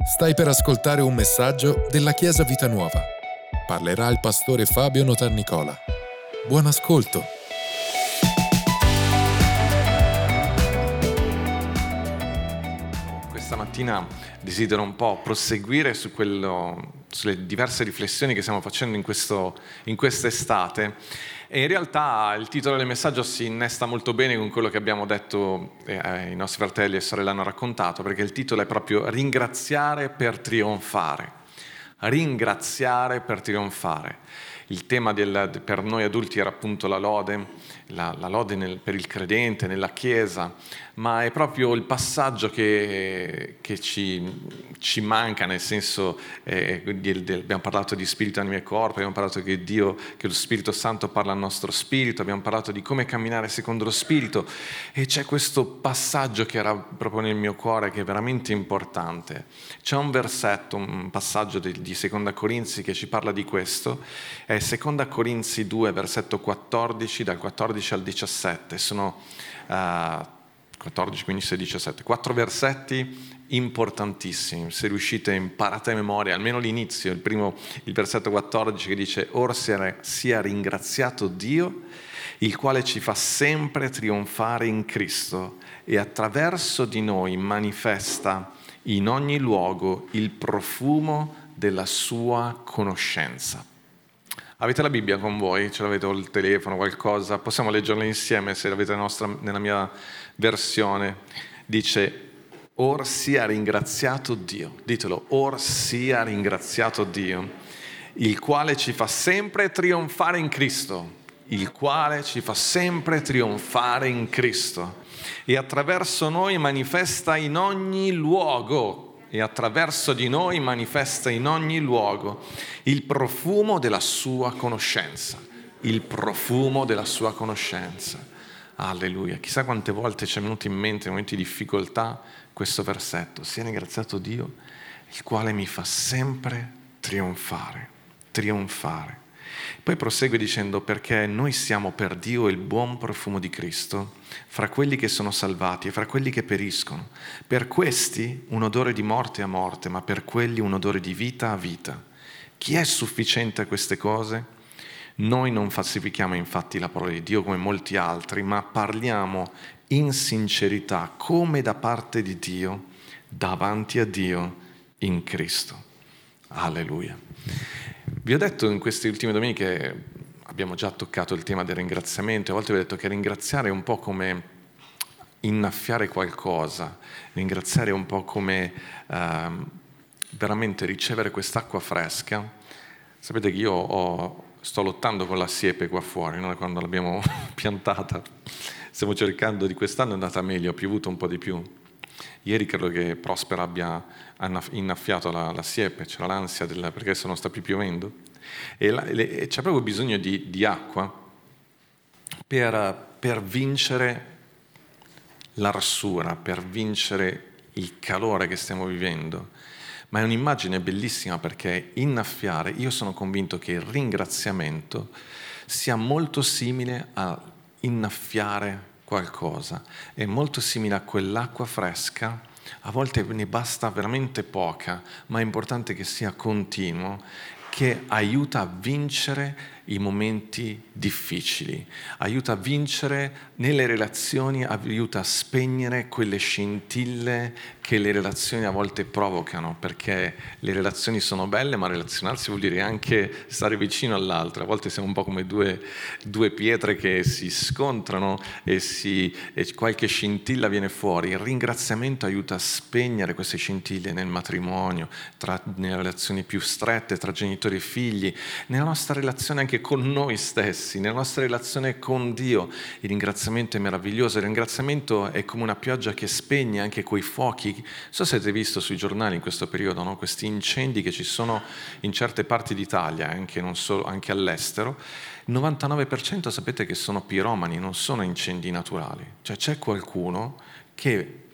Stai per ascoltare un messaggio della Chiesa Vita Nuova. Parlerà il pastore Fabio Notarnicola. Buon ascolto. Questa mattina desidero un po' proseguire sulle diverse riflessioni che stiamo facendo in quest'estate. E in realtà il titolo del messaggio si innesta molto bene con quello che abbiamo detto, i nostri fratelli e sorelle hanno raccontato, perché il titolo è proprio Ringraziare per trionfare. Ringraziare per trionfare. Il tema per noi adulti era appunto la lode, la lode per il credente, nella Chiesa, ma è proprio il passaggio che ci manca, nel senso, abbiamo parlato di spirito, anima e corpo, abbiamo parlato che lo Spirito Santo parla al nostro spirito, abbiamo parlato di come camminare secondo lo Spirito, e c'è questo passaggio che era proprio nel mio cuore, che è veramente importante. C'è un versetto, un passaggio di Seconda Corinzi che ci parla di questo, è Seconda Corinzi 2, versetto 14, dal 14 al 17, sono 14, 15, 16, 17, 4 versetti importantissimi. Se riuscite, imparate a memoria almeno l'inizio, il versetto 14 che dice: Ora sia ringraziato Dio, il quale ci fa sempre trionfare in Cristo e attraverso di noi manifesta in ogni luogo il profumo della sua conoscenza. Avete la Bibbia con voi? Ce l'avete, o il telefono, qualcosa? Possiamo leggerla insieme se l'avete nella mia versione. Dice: Or sia ringraziato Dio. Ditelo: Or sia ringraziato Dio, il quale ci fa sempre trionfare in Cristo. Il quale ci fa sempre trionfare in Cristo. E attraverso noi manifesta in ogni luogo. E attraverso di noi manifesta in ogni luogo il profumo della sua conoscenza. Il profumo della sua conoscenza. Alleluia. Chissà quante volte ci è venuto in mente, in momenti di difficoltà, questo versetto: sia ringraziato Dio, il quale mi fa sempre trionfare. Trionfare. Poi prosegue dicendo: perché noi siamo per Dio il buon profumo di Cristo fra quelli che sono salvati e fra quelli che periscono. Per questi un odore di morte a morte, ma per quelli un odore di vita a vita. Chi è sufficiente a queste cose? Noi non falsifichiamo infatti la parola di Dio come molti altri, ma parliamo in sincerità, come da parte di Dio, davanti a Dio in Cristo. Alleluia. Vi ho detto in queste ultime domeniche, abbiamo già toccato il tema del ringraziamento, a volte vi ho detto che ringraziare è un po' come innaffiare qualcosa, ringraziare è un po' come veramente ricevere quest'acqua fresca. Sapete che io sto lottando con la siepe qua fuori, no? Quando l'abbiamo piantata, stiamo cercando, di quest'anno è andata meglio, ha piovuto un po' di più. Ieri credo che Prospera abbia innaffiato la siepe, c'era l'ansia perché adesso non sta più piovendo, e c'è proprio bisogno di acqua per vincere l'arsura, per vincere il calore che stiamo vivendo. Ma è un'immagine bellissima, perché innaffiare, io sono convinto che il ringraziamento sia molto simile a innaffiare qualcosa, è molto simile a quell'acqua fresca. A volte ne basta veramente poca, ma è importante che sia continuo, che aiuta a vincere i momenti difficili, aiuta a vincere nelle relazioni, aiuta a spegnere quelle scintille che le relazioni a volte provocano, perché le relazioni sono belle, ma relazionarsi vuol dire anche stare vicino all'altro. A volte siamo un po' come due pietre che si scontrano e qualche scintilla viene fuori. Il ringraziamento aiuta a spegnere queste scintille nel matrimonio, nelle relazioni più strette tra genitori e figli, nella nostra relazione anche con noi stessi, nella nostra relazione con Dio. Il ringraziamento è meraviglioso, il ringraziamento è come una pioggia che spegne anche quei fuochi. Non so se avete visto sui giornali in questo periodo, no? Questi incendi che ci sono in certe parti d'Italia, anche non solo, anche all'estero. Il 99% sapete che sono piromani, non sono incendi naturali. Cioè c'è qualcuno che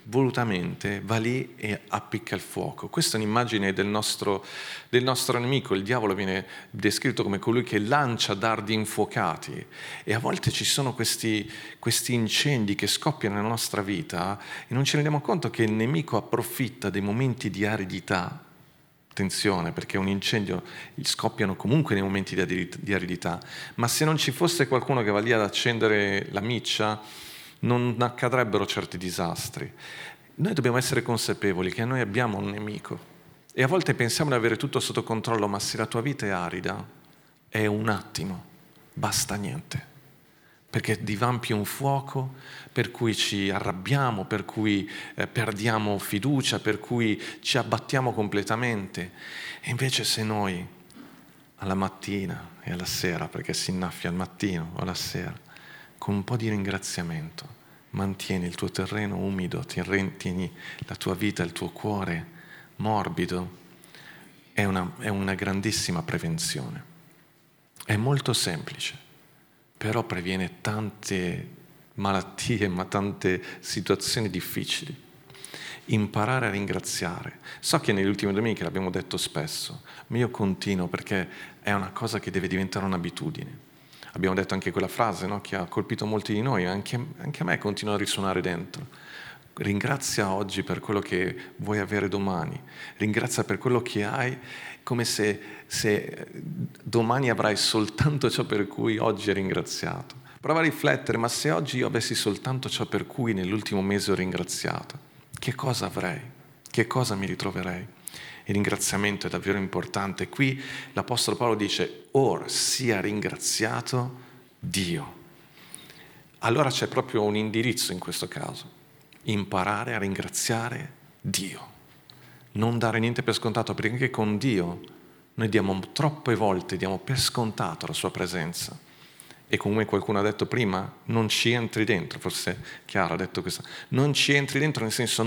volutamente va lì e appicca il fuoco. Questa è un'immagine del nostro nemico. Il diavolo viene descritto come colui che lancia dardi infuocati, e a volte ci sono questi incendi che scoppiano nella nostra vita e non ci rendiamo conto che il nemico approfitta dei momenti di aridità. Attenzione, perché un incendio scoppiano comunque nei momenti di aridità, ma se non ci fosse qualcuno che va lì ad accendere la miccia, non accadrebbero certi disastri. Noi dobbiamo essere consapevoli che noi abbiamo un nemico, e a volte pensiamo di avere tutto sotto controllo, ma se la tua vita è arida, è un attimo, basta niente, perché divampi un fuoco per cui ci arrabbiamo, per cui perdiamo fiducia, per cui ci abbattiamo completamente. E invece se noi alla mattina e alla sera, perché si innaffia al mattino o alla sera, con un po' di ringraziamento, mantieni il tuo terreno umido, tieni la tua vita, il tuo cuore morbido, è una grandissima prevenzione. È molto semplice, però previene tante malattie, ma tante situazioni difficili. Imparare a ringraziare. So che nelle ultime domeniche l'abbiamo detto spesso, ma io continuo perché è una cosa che deve diventare un'abitudine. Abbiamo detto anche quella frase, no, che ha colpito molti di noi, anche a me continua a risuonare dentro. Ringrazia oggi per quello che vuoi avere domani. Ringrazia per quello che hai, come se domani avrai soltanto ciò per cui oggi hai ringraziato. Prova a riflettere, ma se oggi io avessi soltanto ciò per cui nell'ultimo mese ho ringraziato, che cosa avrei? Che cosa mi ritroverei? Il ringraziamento è davvero importante. Qui l'Apostolo Paolo dice: or sia ringraziato Dio. Allora c'è proprio un indirizzo in questo caso: imparare a ringraziare Dio, non dare niente per scontato, perché anche con Dio noi troppe volte diamo per scontato la sua presenza. E come qualcuno ha detto prima, non ci entri dentro, forse Chiara ha detto questo, non ci entri dentro, nel senso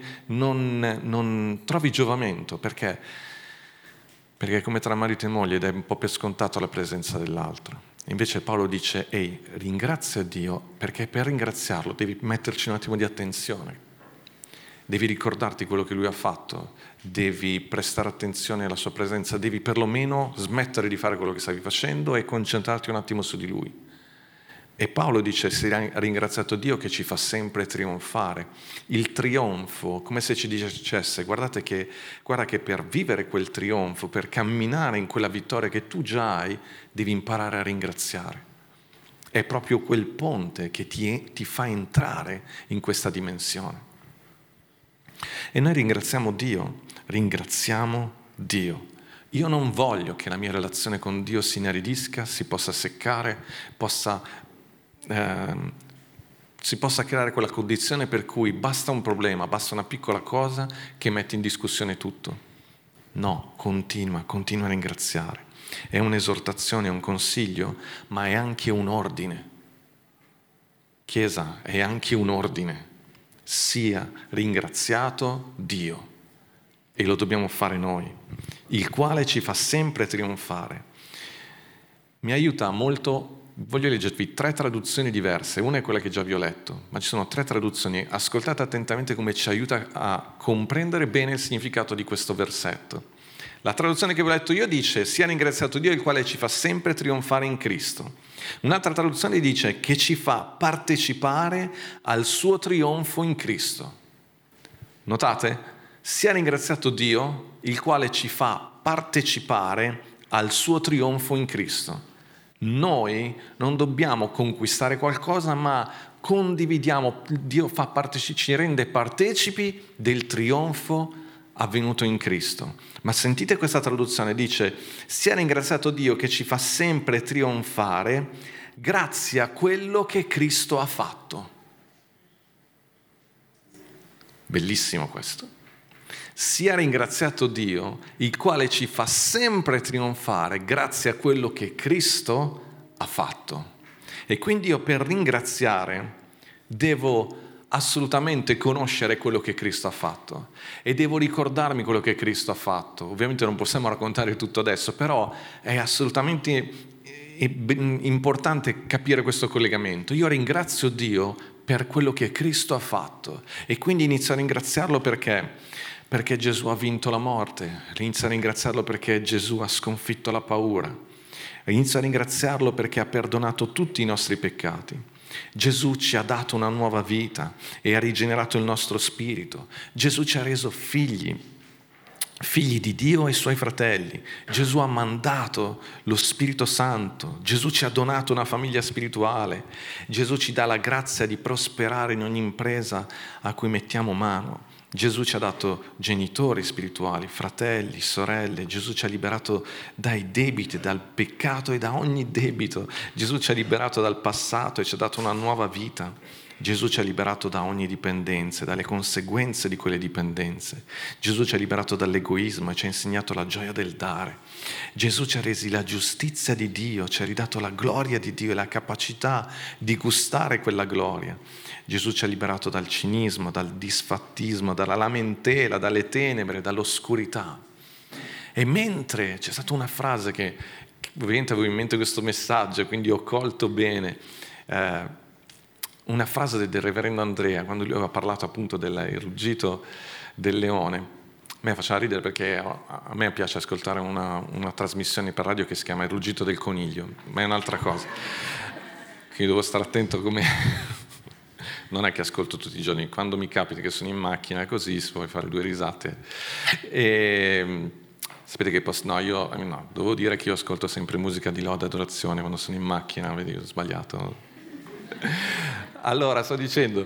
non trovi giovamento, perché come tra marito e moglie dai un po' per scontato la presenza dell'altro. Invece Paolo dice: ehi, ringrazia Dio, perché per ringraziarlo devi metterci un attimo di attenzione, devi ricordarti quello che Lui ha fatto, devi prestare attenzione alla sua presenza, devi perlomeno smettere di fare quello che stavi facendo e concentrarti un attimo su di Lui. E Paolo dice: si è ringraziato Dio che ci fa sempre trionfare. Il trionfo, come se ci dicesse: guarda che per vivere quel trionfo, per camminare in quella vittoria che tu già hai, devi imparare a ringraziare. È proprio quel ponte che ti fa entrare in questa dimensione. E noi ringraziamo Dio. Io non voglio che la mia relazione con Dio si inaridisca, si possa seccare, si possa creare quella condizione per cui basta un problema, basta una piccola cosa che mette in discussione tutto. No, continua a ringraziare. È un'esortazione, è un consiglio, ma è anche un ordine. Chiesa, è anche un ordine. Sia ringraziato Dio, e lo dobbiamo fare noi, il quale ci fa sempre trionfare. Mi aiuta molto, voglio leggervi 3 traduzioni diverse, una è quella che già vi ho letto, ma ci sono 3 traduzioni, ascoltate attentamente come ci aiuta a comprendere bene il significato di questo versetto. La traduzione che vi ho letto io dice: sia ringraziato Dio, il quale ci fa sempre trionfare in Cristo. Un'altra traduzione dice che ci fa partecipare al suo trionfo in Cristo. Notate? Sia ringraziato Dio, il quale ci fa partecipare al suo trionfo in Cristo. Noi non dobbiamo conquistare qualcosa, ma condividiamo. Dio ci rende partecipi del trionfo avvenuto in Cristo. Ma sentite questa traduzione, dice: sia ringraziato Dio che ci fa sempre trionfare grazie a quello che Cristo ha fatto. Bellissimo questo. Sia ringraziato Dio, il quale ci fa sempre trionfare grazie a quello che Cristo ha fatto. E quindi io, per ringraziare, devo assolutamente conoscere quello che Cristo ha fatto e devo ricordarmi quello che Cristo ha fatto. Ovviamente non possiamo raccontare tutto adesso, però è assolutamente importante capire questo collegamento. Io ringrazio Dio per quello che Cristo ha fatto. E quindi inizio a ringraziarlo perché Gesù ha vinto la morte, inizio a ringraziarlo perché Gesù ha sconfitto la paura, inizio a ringraziarlo perché ha perdonato tutti i nostri peccati. Gesù ci ha dato una nuova vita e ha rigenerato il nostro spirito. Gesù ci ha reso figli di Dio e suoi fratelli. Gesù ha mandato lo Spirito Santo. Gesù ci ha donato una famiglia spirituale. Gesù ci dà la grazia di prosperare in ogni impresa a cui mettiamo mano. Gesù ci ha dato genitori spirituali, fratelli, sorelle. Gesù ci ha liberato dai debiti, dal peccato e da ogni debito. Gesù ci ha liberato dal passato e ci ha dato una nuova vita. Gesù ci ha liberato da ogni dipendenza, dalle conseguenze di quelle dipendenze. Gesù ci ha liberato dall'egoismo e ci ha insegnato la gioia del dare. Gesù ci ha resi la giustizia di Dio, ci ha ridato la gloria di Dio e la capacità di gustare quella gloria. Gesù ci ha liberato dal cinismo, dal disfattismo, dalla lamentela, dalle tenebre, dall'oscurità. E mentre c'è stata una frase che ovviamente avevo in mente questo messaggio, quindi ho colto bene, una frase del reverendo Andrea, quando lui aveva parlato appunto del ruggito del leone. A me faceva ridere perché a me piace ascoltare una trasmissione per radio che si chiama Il ruggito del coniglio, ma è un'altra cosa. Quindi devo stare attento come... Non è che ascolto tutti i giorni, quando mi capita che sono in macchina così, si può fare due risate. E sapete che devo dire che io ascolto sempre musica di lode e adorazione quando sono in macchina, vedi, ho sbagliato. Allora, sto dicendo,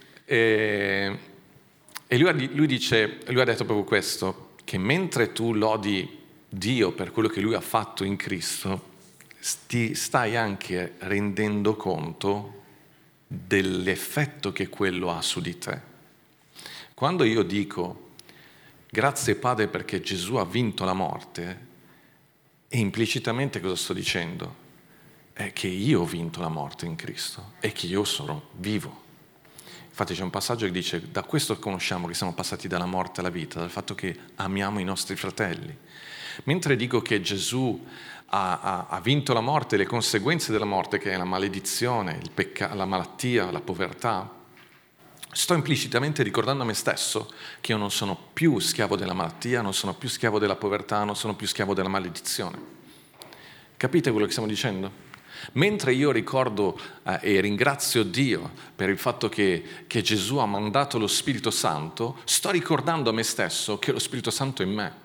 e lui ha detto proprio questo, che mentre tu lodi Dio per quello che Lui ha fatto in Cristo, ti stai anche rendendo conto dell'effetto che quello ha su di te. Quando io dico grazie Padre perché Gesù ha vinto la morte, e implicitamente cosa sto dicendo? È che io ho vinto la morte in Cristo e che io sono vivo. Infatti c'è un passaggio che dice: da questo conosciamo che siamo passati dalla morte alla vita, dal fatto che amiamo i nostri fratelli. Mentre dico che Gesù ha vinto la morte, le conseguenze della morte, che è la maledizione, la malattia, la povertà, sto implicitamente ricordando a me stesso che io non sono più schiavo della malattia, non sono più schiavo della povertà, non sono più schiavo della maledizione. Capite quello che stiamo dicendo? Mentre io ricordo e ringrazio Dio per il fatto che Gesù ha mandato lo Spirito Santo, sto ricordando a me stesso che lo Spirito Santo è in me.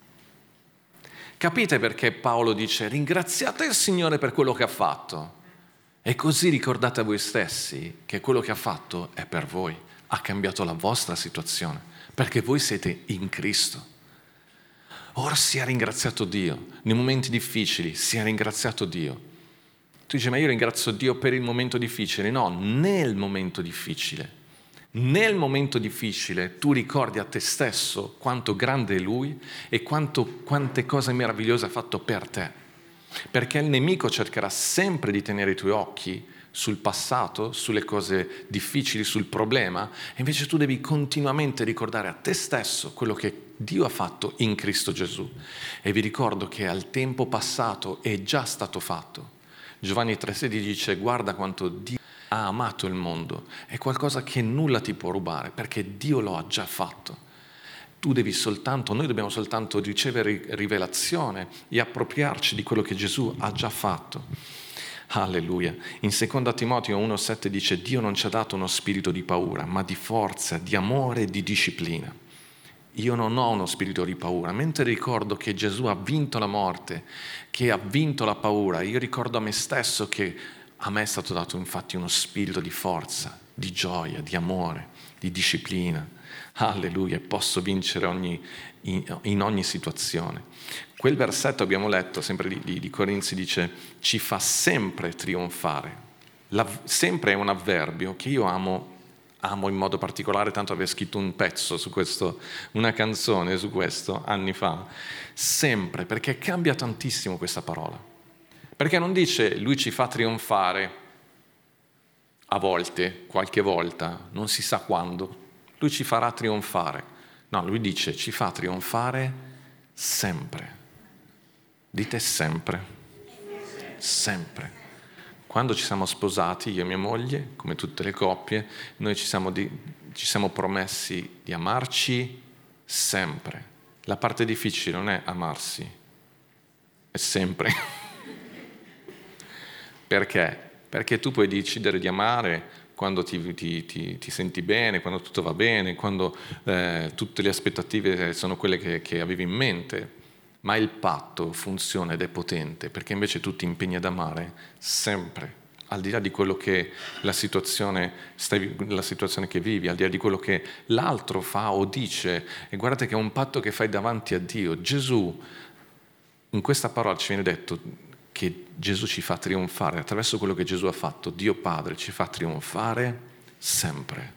Capite perché Paolo dice: ringraziate il Signore per quello che ha fatto, e così ricordate a voi stessi che quello che ha fatto è per voi, ha cambiato la vostra situazione, perché voi siete in Cristo. Ora sia ringraziato Dio, nei momenti difficili sia ringraziato Dio. Tu dici: ma io ringrazio Dio per il momento difficile. No, nel momento difficile. Nel momento difficile tu ricordi a te stesso quanto grande è Lui e quante cose meravigliose ha fatto per te. Perché il nemico cercherà sempre di tenere i tuoi occhi sul passato, sulle cose difficili, sul problema, e invece tu devi continuamente ricordare a te stesso quello che Dio ha fatto in Cristo Gesù. E vi ricordo che al tempo passato è già stato fatto. Giovanni 3,16 dice: guarda quanto Dio ha amato il mondo, è qualcosa che nulla ti può rubare, perché Dio lo ha già fatto. Noi dobbiamo soltanto ricevere rivelazione e appropriarci di quello che Gesù ha già fatto. Alleluia. In 2 Timoteo 1,7 dice: Dio non ci ha dato uno spirito di paura, ma di forza, di amore e di disciplina. Io non ho uno spirito di paura. Mentre ricordo che Gesù ha vinto la morte, che ha vinto la paura, io ricordo a me stesso che a me è stato dato infatti uno spirito di forza, di gioia, di amore, di disciplina. Alleluia, posso vincere in ogni situazione. Quel versetto abbiamo letto, sempre di Corinzi, dice: ci fa sempre trionfare. Sempre è un avverbio che io amo in modo particolare, tanto avevo scritto un pezzo su questo, una canzone su questo anni fa. Sempre, perché cambia tantissimo questa parola. Perché non dice Lui ci fa trionfare a volte, qualche volta, non si sa quando. Lui ci farà trionfare. No, Lui dice ci fa trionfare sempre. Dite sempre. Sempre. Quando ci siamo sposati, io e mia moglie, come tutte le coppie, noi ci siamo promessi di amarci sempre. La parte difficile non è amarsi, è sempre. Perché? Perché tu puoi decidere di amare quando ti senti bene, quando tutto va bene, quando tutte le aspettative sono quelle che avevi in mente, ma il patto funziona ed è potente perché invece tu ti impegni ad amare sempre, al di là di quello che la situazione che vivi, al di là di quello che l'altro fa o dice. E guardate che è un patto che fai davanti a Dio. Gesù, in questa parola ci viene detto che Gesù ci fa trionfare attraverso quello che Gesù ha fatto. Dio Padre ci fa trionfare sempre.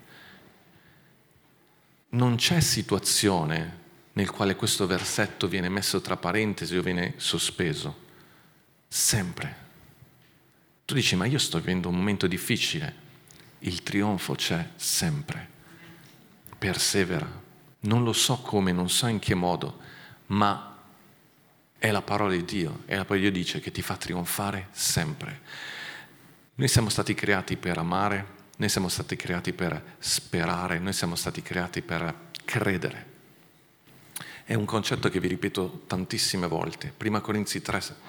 Non c'è situazione nel quale questo versetto viene messo tra parentesi o viene sospeso. Sempre. Tu dici, ma io sto vivendo un momento difficile. Il trionfo c'è sempre. Persevera. Non lo so come, non so in che modo, ma è la parola di Dio, e la parola di Dio dice che ti fa trionfare sempre. Noi siamo stati creati per amare, noi siamo stati creati per sperare, noi siamo stati creati per credere. È un concetto che vi ripeto tantissime volte. Prima Corinzi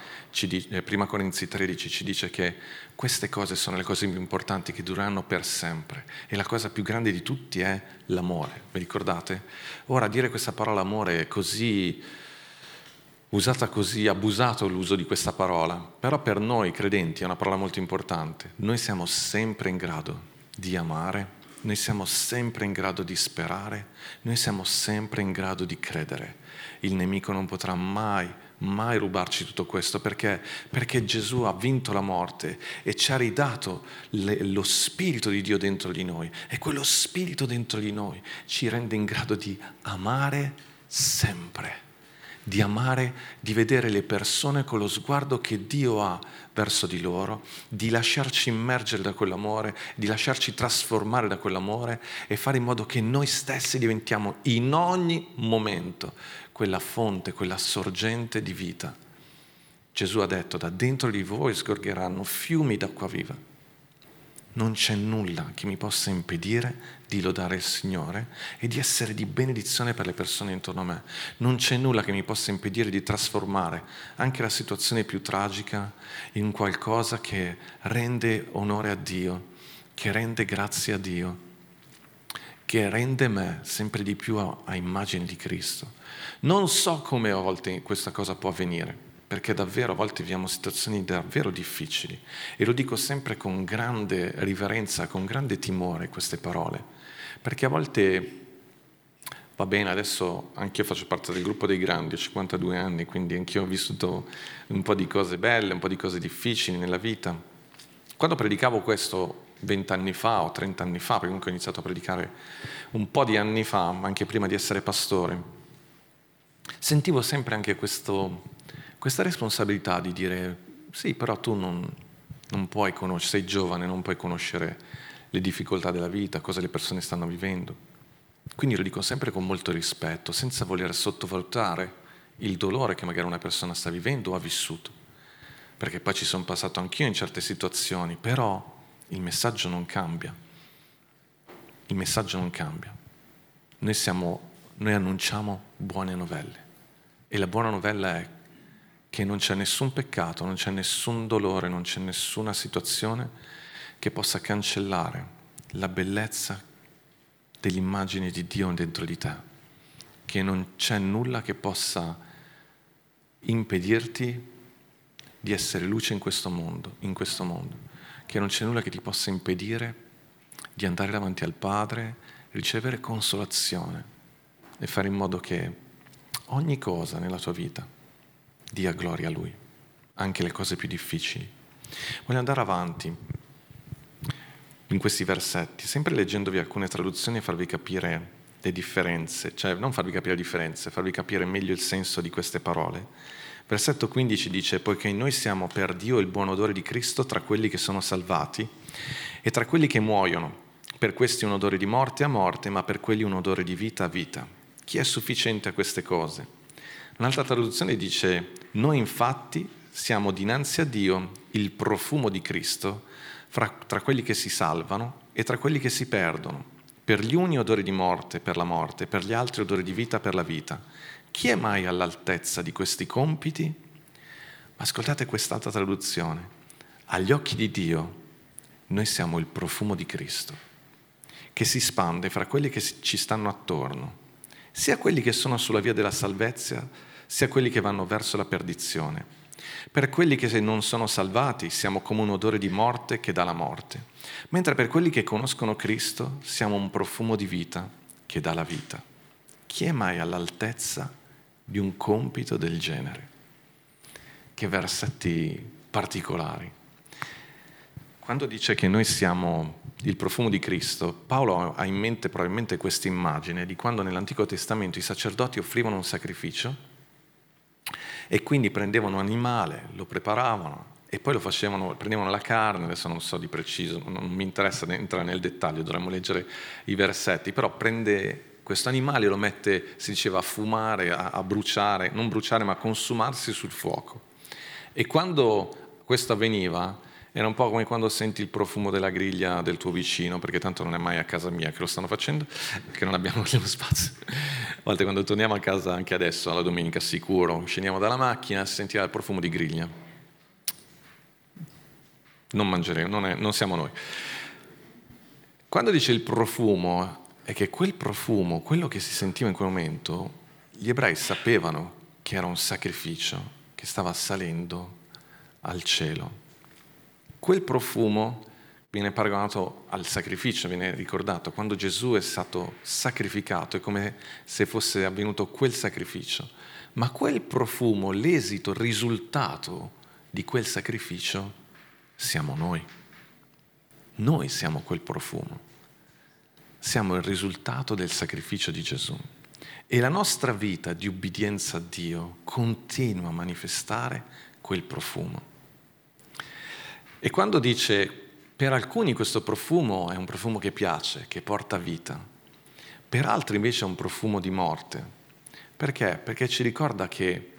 13 ci dice che queste cose sono le cose più importanti che dureranno per sempre. E la cosa più grande di tutti è l'amore. Vi ricordate? Ora, dire questa parola amore è così usata così, abusato l'uso di questa parola, però per noi credenti è una parola molto importante. Noi siamo sempre in grado di amare, noi siamo sempre in grado di sperare, noi siamo sempre in grado di credere. Il nemico non potrà mai rubarci tutto questo perché Gesù ha vinto la morte e ci ha ridato lo Spirito di Dio dentro di noi, e quello Spirito dentro di noi ci rende in grado di amare sempre. Di amare, di vedere le persone con lo sguardo che Dio ha verso di loro, di lasciarci immergere da quell'amore, di lasciarci trasformare da quell'amore e fare in modo che noi stessi diventiamo in ogni momento quella fonte, quella sorgente di vita. Gesù ha detto: da dentro di voi sgorgeranno fiumi d'acqua viva. Non c'è nulla che mi possa impedire di lodare il Signore e di essere di benedizione per le persone intorno a me. Non c'è nulla che mi possa impedire di trasformare anche la situazione più tragica in qualcosa che rende onore a Dio, che rende grazie a Dio, che rende me sempre di più a immagine di Cristo. Non so come a volte questa cosa può avvenire, perché davvero a volte viviamo situazioni davvero difficili, e lo dico sempre con grande riverenza, con grande timore queste parole, perché a volte, va bene, adesso anch'io faccio parte del gruppo dei grandi, ho 52 anni, quindi anch'io ho vissuto un po' di cose belle, un po' di cose difficili nella vita. Quando predicavo questo 20 anni fa o 30 anni fa, perché comunque ho iniziato a predicare un po' di anni fa, anche prima di essere pastore, sentivo sempre anche questa responsabilità di dire: sì, però tu non puoi conoscere, sei giovane, non puoi conoscere le difficoltà della vita, cosa le persone stanno vivendo. Quindi lo dico sempre con molto rispetto, senza voler sottovalutare il dolore che magari una persona sta vivendo o ha vissuto, perché poi ci sono passato anch'io in certe situazioni, però il messaggio non cambia. Il messaggio non cambia. Noi annunciamo buone novelle, e la buona novella è che non c'è nessun peccato, non c'è nessun dolore, non c'è nessuna situazione che possa cancellare la bellezza dell'immagine di Dio dentro di te, che non c'è nulla che possa impedirti di essere luce in questo mondo, che non c'è nulla che ti possa impedire di andare davanti al Padre, ricevere consolazione e fare in modo che ogni cosa nella tua vita dia gloria a Lui, anche le cose più difficili. Voglio andare avanti in questi versetti, sempre leggendovi alcune traduzioni e farvi capire le differenze, cioè non farvi capire le differenze, farvi capire meglio il senso di queste parole. Versetto 15 dice: poiché noi siamo per Dio il buon odore di Cristo tra quelli che sono salvati e tra quelli che muoiono. Per questi un odore di morte a morte, ma per quelli un odore di vita a vita. Chi è sufficiente a queste cose? Un'altra traduzione dice: noi infatti siamo dinanzi a Dio il profumo di Cristo tra quelli che si salvano e tra quelli che si perdono. Per gli uni odore di morte per la morte, per gli altri odore di vita per la vita. Chi è mai all'altezza di questi compiti? Ascoltate quest'altra traduzione. Agli occhi di Dio noi siamo il profumo di Cristo, che si spande fra quelli che ci stanno attorno, sia quelli che sono sulla via della salvezza, sia quelli che vanno verso la perdizione. Per quelli che non sono salvati siamo come un odore di morte che dà la morte, mentre per quelli che conoscono Cristo siamo un profumo di vita che dà la vita. Chi è mai all'altezza di un compito del genere? Che versetti particolari. Quando dice che noi siamo il profumo di Cristo, Paolo ha in mente probabilmente questa immagine di quando nell'Antico Testamento i sacerdoti offrivano un sacrificio e quindi prendevano un animale, lo preparavano e poi prendevano la carne, adesso non so di preciso, non mi interessa entrare nel dettaglio, dovremmo leggere i versetti, però prende questo animale e lo mette, si diceva, a fumare, a bruciare, non bruciare ma a consumarsi sul fuoco. E quando questo avveniva era un po' come quando senti il profumo della griglia del tuo vicino, perché tanto non è mai a casa mia che lo stanno facendo, perché non abbiamo nello spazio. A volte quando torniamo a casa, anche adesso, alla domenica sicuro, scendiamo dalla macchina e sentiamo il profumo di griglia. Non mangeremo, non siamo noi. Quando dice il profumo, è che quel profumo, quello che si sentiva in quel momento, gli ebrei sapevano che era un sacrificio che stava salendo al cielo. Quel profumo viene paragonato al sacrificio, viene ricordato. Quando Gesù è stato sacrificato, è come se fosse avvenuto quel sacrificio. Ma quel profumo, l'esito, il risultato di quel sacrificio, siamo noi. Noi siamo quel profumo. Siamo il risultato del sacrificio di Gesù. E la nostra vita di ubbidienza a Dio continua a manifestare quel profumo. E quando dice, per alcuni questo profumo è un profumo che piace, che porta vita, per altri invece è un profumo di morte. Perché? Perché ci ricorda che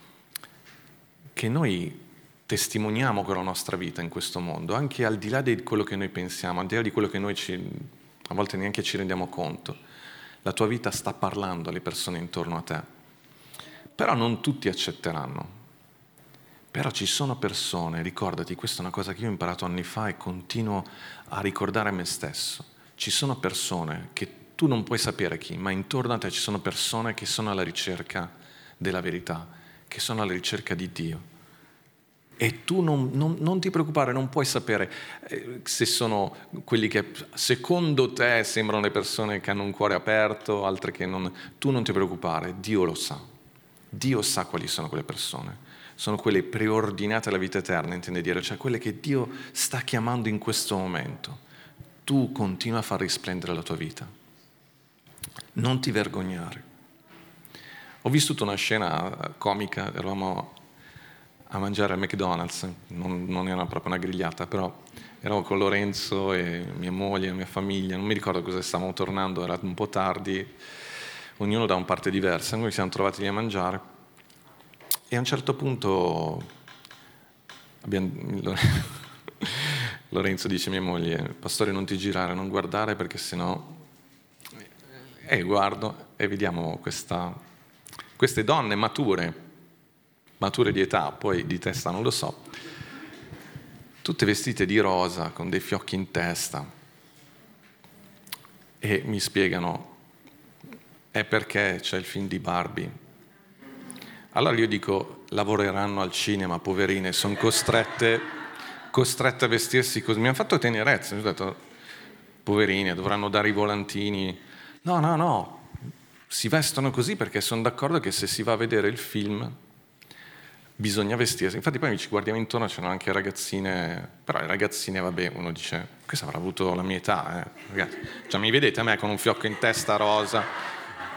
noi testimoniamo con la nostra vita in questo mondo, anche al di là di quello che noi pensiamo, al di là di quello che noi a volte neanche ci rendiamo conto. La tua vita sta parlando alle persone intorno a te. Però non tutti accetteranno. Però ci sono persone, ricordati, questa è una cosa che io ho imparato anni fa e continuo a ricordare a me stesso. Ci sono persone che tu non puoi sapere chi, ma intorno a te ci sono persone che sono alla ricerca della verità, che sono alla ricerca di Dio. E tu non ti preoccupare, non puoi sapere se sono quelli che secondo te sembrano le persone che hanno un cuore aperto, altre che non. Tu non ti preoccupare, Dio lo sa. Dio sa quali sono quelle persone. Sono quelle preordinate alla vita eterna, intende dire, cioè quelle che Dio sta chiamando in questo momento. Tu continua a far risplendere la tua vita. Non ti vergognare. Ho vissuto una scena comica, eravamo a mangiare al McDonald's, non era proprio una grigliata, però ero con Lorenzo e mia moglie, la mia famiglia, non mi ricordo cosa stavamo tornando, era un po' tardi, ognuno da una parte diversa, noi ci siamo trovati lì a mangiare e a un certo punto Lorenzo dice a mia moglie, pastore non ti girare, non guardare perché sennò... E guardo e vediamo queste donne mature di età, poi di testa non lo so, tutte vestite di rosa, con dei fiocchi in testa, e mi spiegano, è perché c'è il film di Barbie. Allora io dico, lavoreranno al cinema, poverine, sono costrette a vestirsi così. Mi hanno fatto tenerezza, mi ho detto, poverine, dovranno dare i volantini. No, si vestono così perché sono d'accordo che se si va a vedere il film bisogna vestirsi. Infatti poi ci guardiamo intorno, c'erano anche ragazzine, però le ragazzine, vabbè, uno dice, questa avrà avuto la mia età, ragazzi. Cioè mi vedete a me con un fiocco in testa rosa?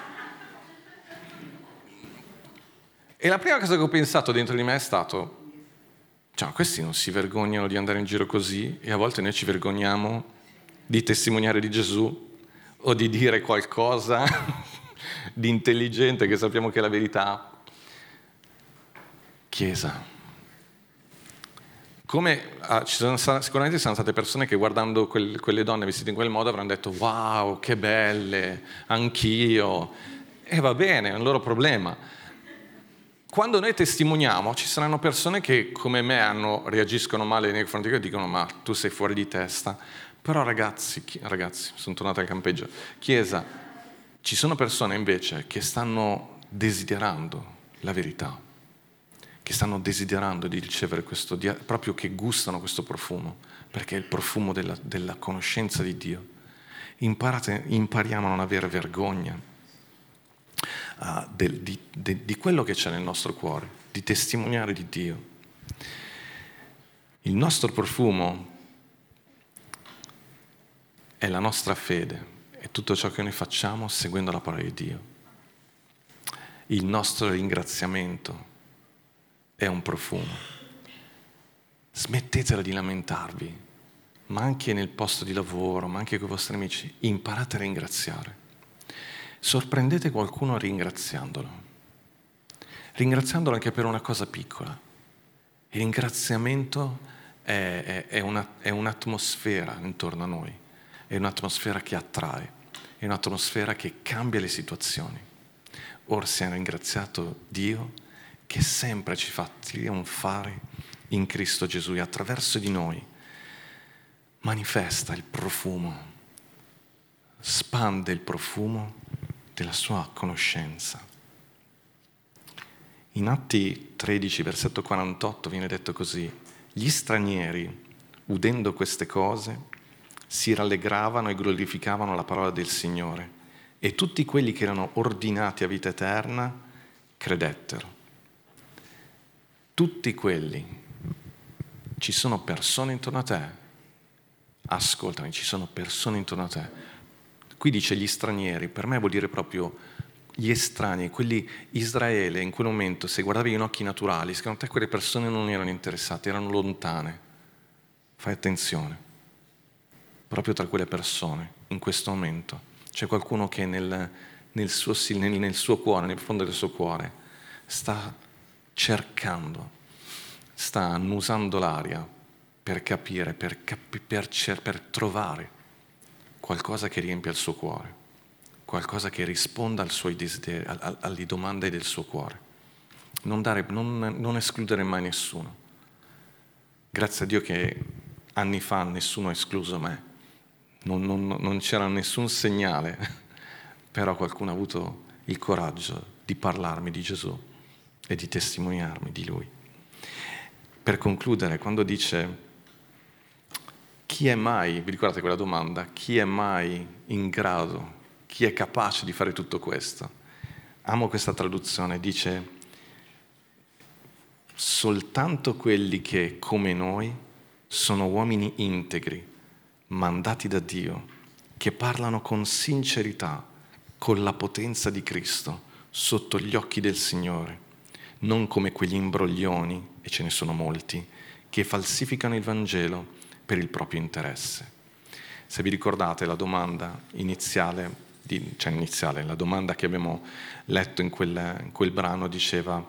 E la prima cosa che ho pensato dentro di me è stato, cioè questi non si vergognano di andare in giro così, e a volte noi ci vergogniamo di testimoniare di Gesù o di dire qualcosa di intelligente che sappiamo che è la verità. Chiesa, Sicuramente sono state persone che guardando quelle donne vestite in quel modo avranno detto wow, che belle, anch'io, e va bene, è un loro problema. Quando noi testimoniamo ci saranno persone che come me reagiscono male nei confronti e dicono ma tu sei fuori di testa. Però ragazzi, sono tornato al campeggio, Chiesa, ci sono persone invece che stanno desiderando la verità, che stanno desiderando di ricevere questo, proprio che gustano questo profumo, perché è il profumo della conoscenza di Dio. Impariamo a non avere vergogna di quello che c'è nel nostro cuore, di testimoniare di Dio. Il nostro profumo è la nostra fede, è tutto ciò che noi facciamo seguendo la parola di Dio. Il nostro ringraziamento è un profumo. Smettetela di lamentarvi, ma anche nel posto di lavoro, ma anche con i vostri amici, imparate a ringraziare. Sorprendete qualcuno ringraziandolo anche per una cosa piccola. Il ringraziamento è un'atmosfera intorno a noi, è un'atmosfera che attrae, è un'atmosfera che cambia le situazioni. Orsi ha ringraziato Dio che sempre ci fa trionfare in Cristo Gesù e attraverso di noi manifesta il profumo, spande il profumo della sua conoscenza. In Atti 13, versetto 48 viene detto così: gli stranieri, udendo queste cose, si rallegravano e glorificavano la parola del Signore, e tutti quelli che erano ordinati a vita eterna credettero. Tutti quelli. Ci sono persone intorno a te. Ascoltami, ci sono persone intorno a te. Qui dice gli stranieri, per me vuol dire proprio gli estranei, quelli Israele in quel momento, se guardavi in occhi naturali, secondo te quelle persone non erano interessate, erano lontane. Fai attenzione. Proprio tra quelle persone, in questo momento, c'è qualcuno che nel suo cuore, nel fondo del suo cuore, sta cercando, sta annusando l'aria per capire, per trovare qualcosa che riempia il suo cuore, qualcosa che risponda ai suoi desideri, alle domande del suo cuore. Non escludere mai nessuno. Grazie a Dio che anni fa nessuno ha escluso me. Non c'era nessun segnale, però qualcuno ha avuto il coraggio di parlarmi di Gesù e di testimoniarmi di Lui. Per concludere, quando dice chi è mai, vi ricordate quella domanda, chi è mai in grado, chi è capace di fare tutto questo? Amo questa traduzione, dice soltanto quelli che, come noi, sono uomini integri, mandati da Dio, che parlano con sincerità, con la potenza di Cristo, sotto gli occhi del Signore, non come quegli imbroglioni, e ce ne sono molti, che falsificano il Vangelo per il proprio interesse. Se vi ricordate la domanda iniziale, la domanda che abbiamo letto in quel brano diceva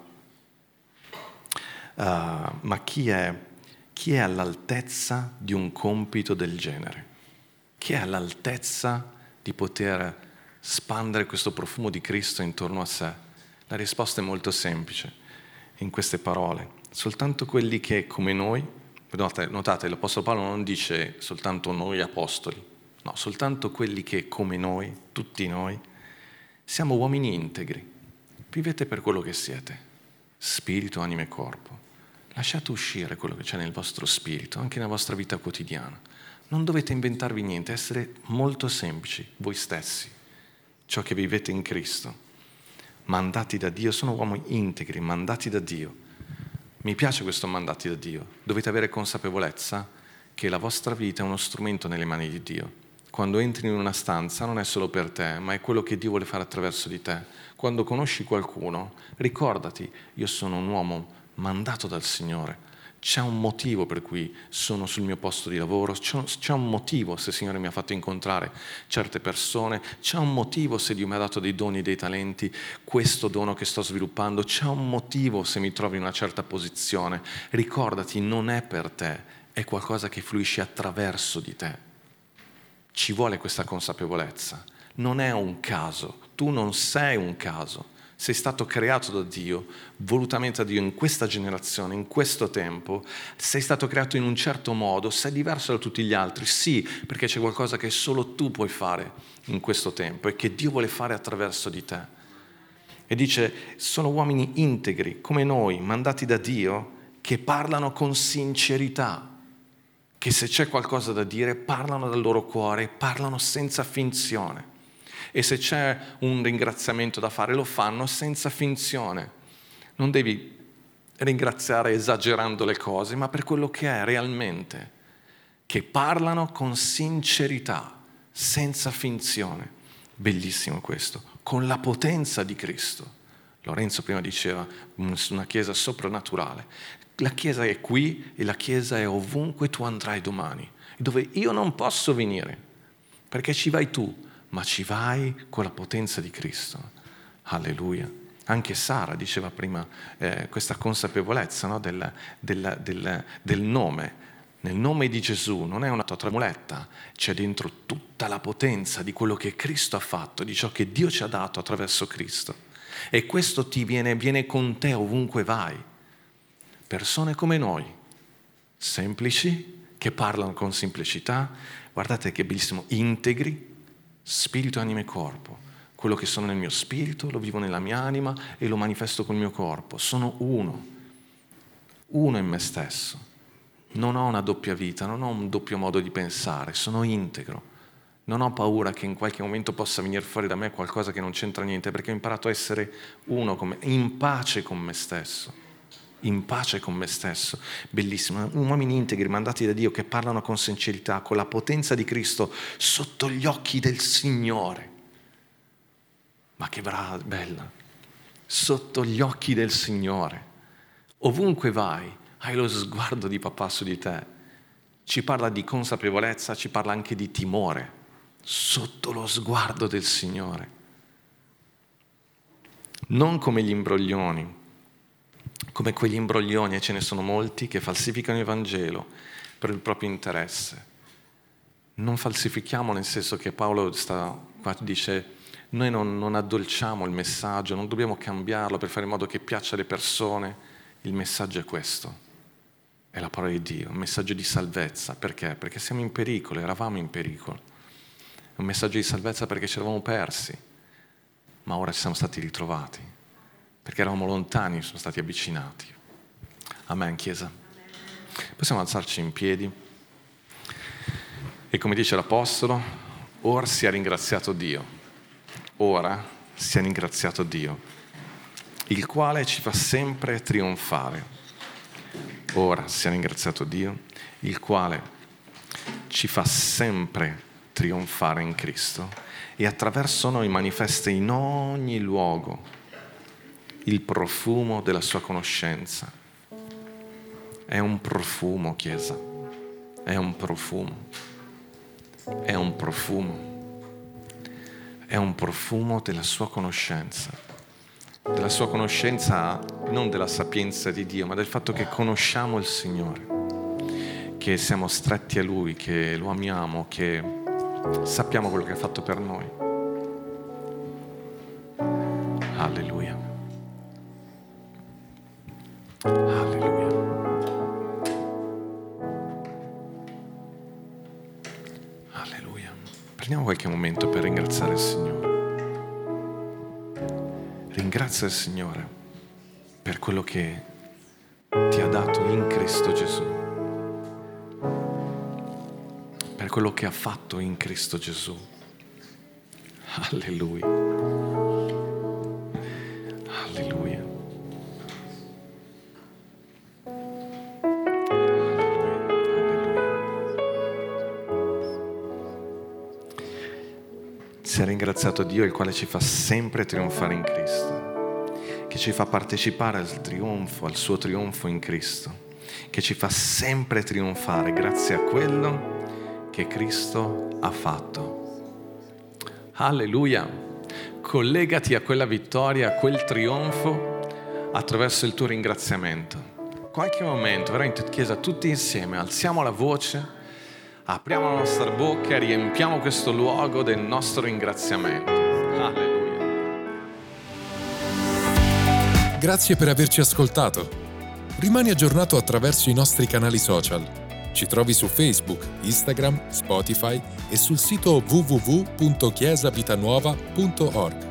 ma chi è all'altezza di un compito del genere? Chi è all'altezza di poter spandere questo profumo di Cristo intorno a sé? La risposta è molto semplice, in queste parole. Soltanto quelli che, come noi, notate, l'Apostolo Paolo non dice soltanto noi apostoli, no, soltanto quelli che, come noi, tutti noi, siamo uomini integri. Vivete per quello che siete, spirito, anima e corpo. Lasciate uscire quello che c'è nel vostro spirito, anche nella vostra vita quotidiana. Non dovete inventarvi niente, essere molto semplici, voi stessi, ciò che vivete in Cristo. Mandati da Dio, sono uomini integri, mandati da Dio. Mi piace questo mandati da Dio. Dovete avere consapevolezza che la vostra vita è uno strumento nelle mani di Dio. Quando entri in una stanza non è solo per te, ma è quello che Dio vuole fare attraverso di te. Quando conosci qualcuno, ricordati, io sono un uomo mandato dal Signore. C'è un motivo per cui sono sul mio posto di lavoro, c'è un motivo se il Signore mi ha fatto incontrare certe persone, c'è un motivo se Dio mi ha dato dei doni e dei talenti, questo dono che sto sviluppando, c'è un motivo se mi trovo in una certa posizione. Ricordati, non è per te, è qualcosa che fluisce attraverso di te. Ci vuole questa consapevolezza. Non è un caso, tu non sei un caso. Sei stato creato da Dio, volutamente da Dio in questa generazione, in questo tempo. Sei stato creato in un certo modo, sei diverso da tutti gli altri, sì, perché c'è qualcosa che solo tu puoi fare in questo tempo e che Dio vuole fare attraverso di te. E dice, sono uomini integri, come noi, mandati da Dio, che parlano con sincerità, che se c'è qualcosa da dire, parlano dal loro cuore, parlano senza finzione. E se c'è un ringraziamento da fare, lo fanno senza finzione. Non devi ringraziare esagerando le cose, ma per quello che è realmente. Che parlano con sincerità, senza finzione. Bellissimo questo, con la potenza di Cristo. Lorenzo prima diceva, una chiesa soprannaturale. La chiesa è qui e la chiesa è ovunque tu andrai domani, dove io non posso venire, perché ci vai tu. Ma ci vai con la potenza di Cristo. Alleluia. Anche Sara diceva prima questa consapevolezza, no? del nome. Nel nome di Gesù non è una tramuletta, c'è dentro tutta la potenza di quello che Cristo ha fatto, di ciò che Dio ci ha dato attraverso Cristo. E questo ti viene con te ovunque vai. Persone come noi, semplici, che parlano con semplicità, guardate che bellissimo, integri, spirito, anima e corpo. Quello che sono nel mio spirito lo vivo nella mia anima e lo manifesto col mio corpo. Sono uno in me stesso. Non ho una doppia vita, non ho un doppio modo di pensare, sono integro. Non ho paura che in qualche momento possa venire fuori da me qualcosa che non c'entra niente, perché ho imparato a essere uno, in pace con me stesso. In pace con me stesso, bellissimo, uomini integri mandati da Dio che parlano con sincerità, con la potenza di Cristo sotto gli occhi del Signore. Ma che bella, sotto gli occhi del Signore, ovunque vai, hai lo sguardo di papà su di te. Ci parla di consapevolezza, ci parla anche di timore, sotto lo sguardo del Signore. Non come gli imbroglioni, come quegli imbroglioni, e ce ne sono molti, che falsificano il Vangelo per il proprio interesse. Non falsifichiamo, nel senso che Paolo qua dice, noi non addolciamo il messaggio, non dobbiamo cambiarlo per fare in modo che piaccia alle persone. Il messaggio è questo, è la parola di Dio, un messaggio di salvezza. Perché? Perché siamo in pericolo, eravamo in pericolo. Un messaggio di salvezza perché ci eravamo persi, ma ora ci siamo stati ritrovati. Perché eravamo lontani, sono stati avvicinati. Amen, Chiesa. Possiamo alzarci in piedi. E come dice l'Apostolo, ora sia ringraziato Dio. Ora sia ringraziato Dio, il quale ci fa sempre trionfare. Ora sia ringraziato Dio, il quale ci fa sempre trionfare in Cristo e attraverso noi manifesta in ogni luogo il profumo della sua conoscenza. È un profumo, Chiesa, è un profumo, è un profumo, è un profumo della sua conoscenza non della sapienza di Dio, ma del fatto che conosciamo il Signore, che siamo stretti a Lui, che lo amiamo, che sappiamo quello che ha fatto per noi. Alleluia. Alleluia. Alleluia. Prendiamo qualche momento per ringraziare il Signore. Ringrazia il Signore per quello che ti ha dato in Cristo Gesù, per quello che ha fatto in Cristo Gesù. Alleluia. Alleluia. Sia ringraziato Dio, il quale ci fa sempre trionfare in Cristo, che ci fa partecipare al suo trionfo in Cristo, che ci fa sempre trionfare grazie a quello che Cristo ha fatto. Alleluia! Collegati a quella vittoria, a quel trionfo attraverso il tuo ringraziamento. Qualche momento, veramente Chiesa, tutti insieme, alziamo la voce, apriamo la nostra bocca e riempiamo questo luogo del nostro ringraziamento. Alleluia. Grazie per averci ascoltato. Rimani aggiornato attraverso i nostri canali social. Ci trovi su Facebook, Instagram, Spotify e sul sito www.chiesavitanuova.org.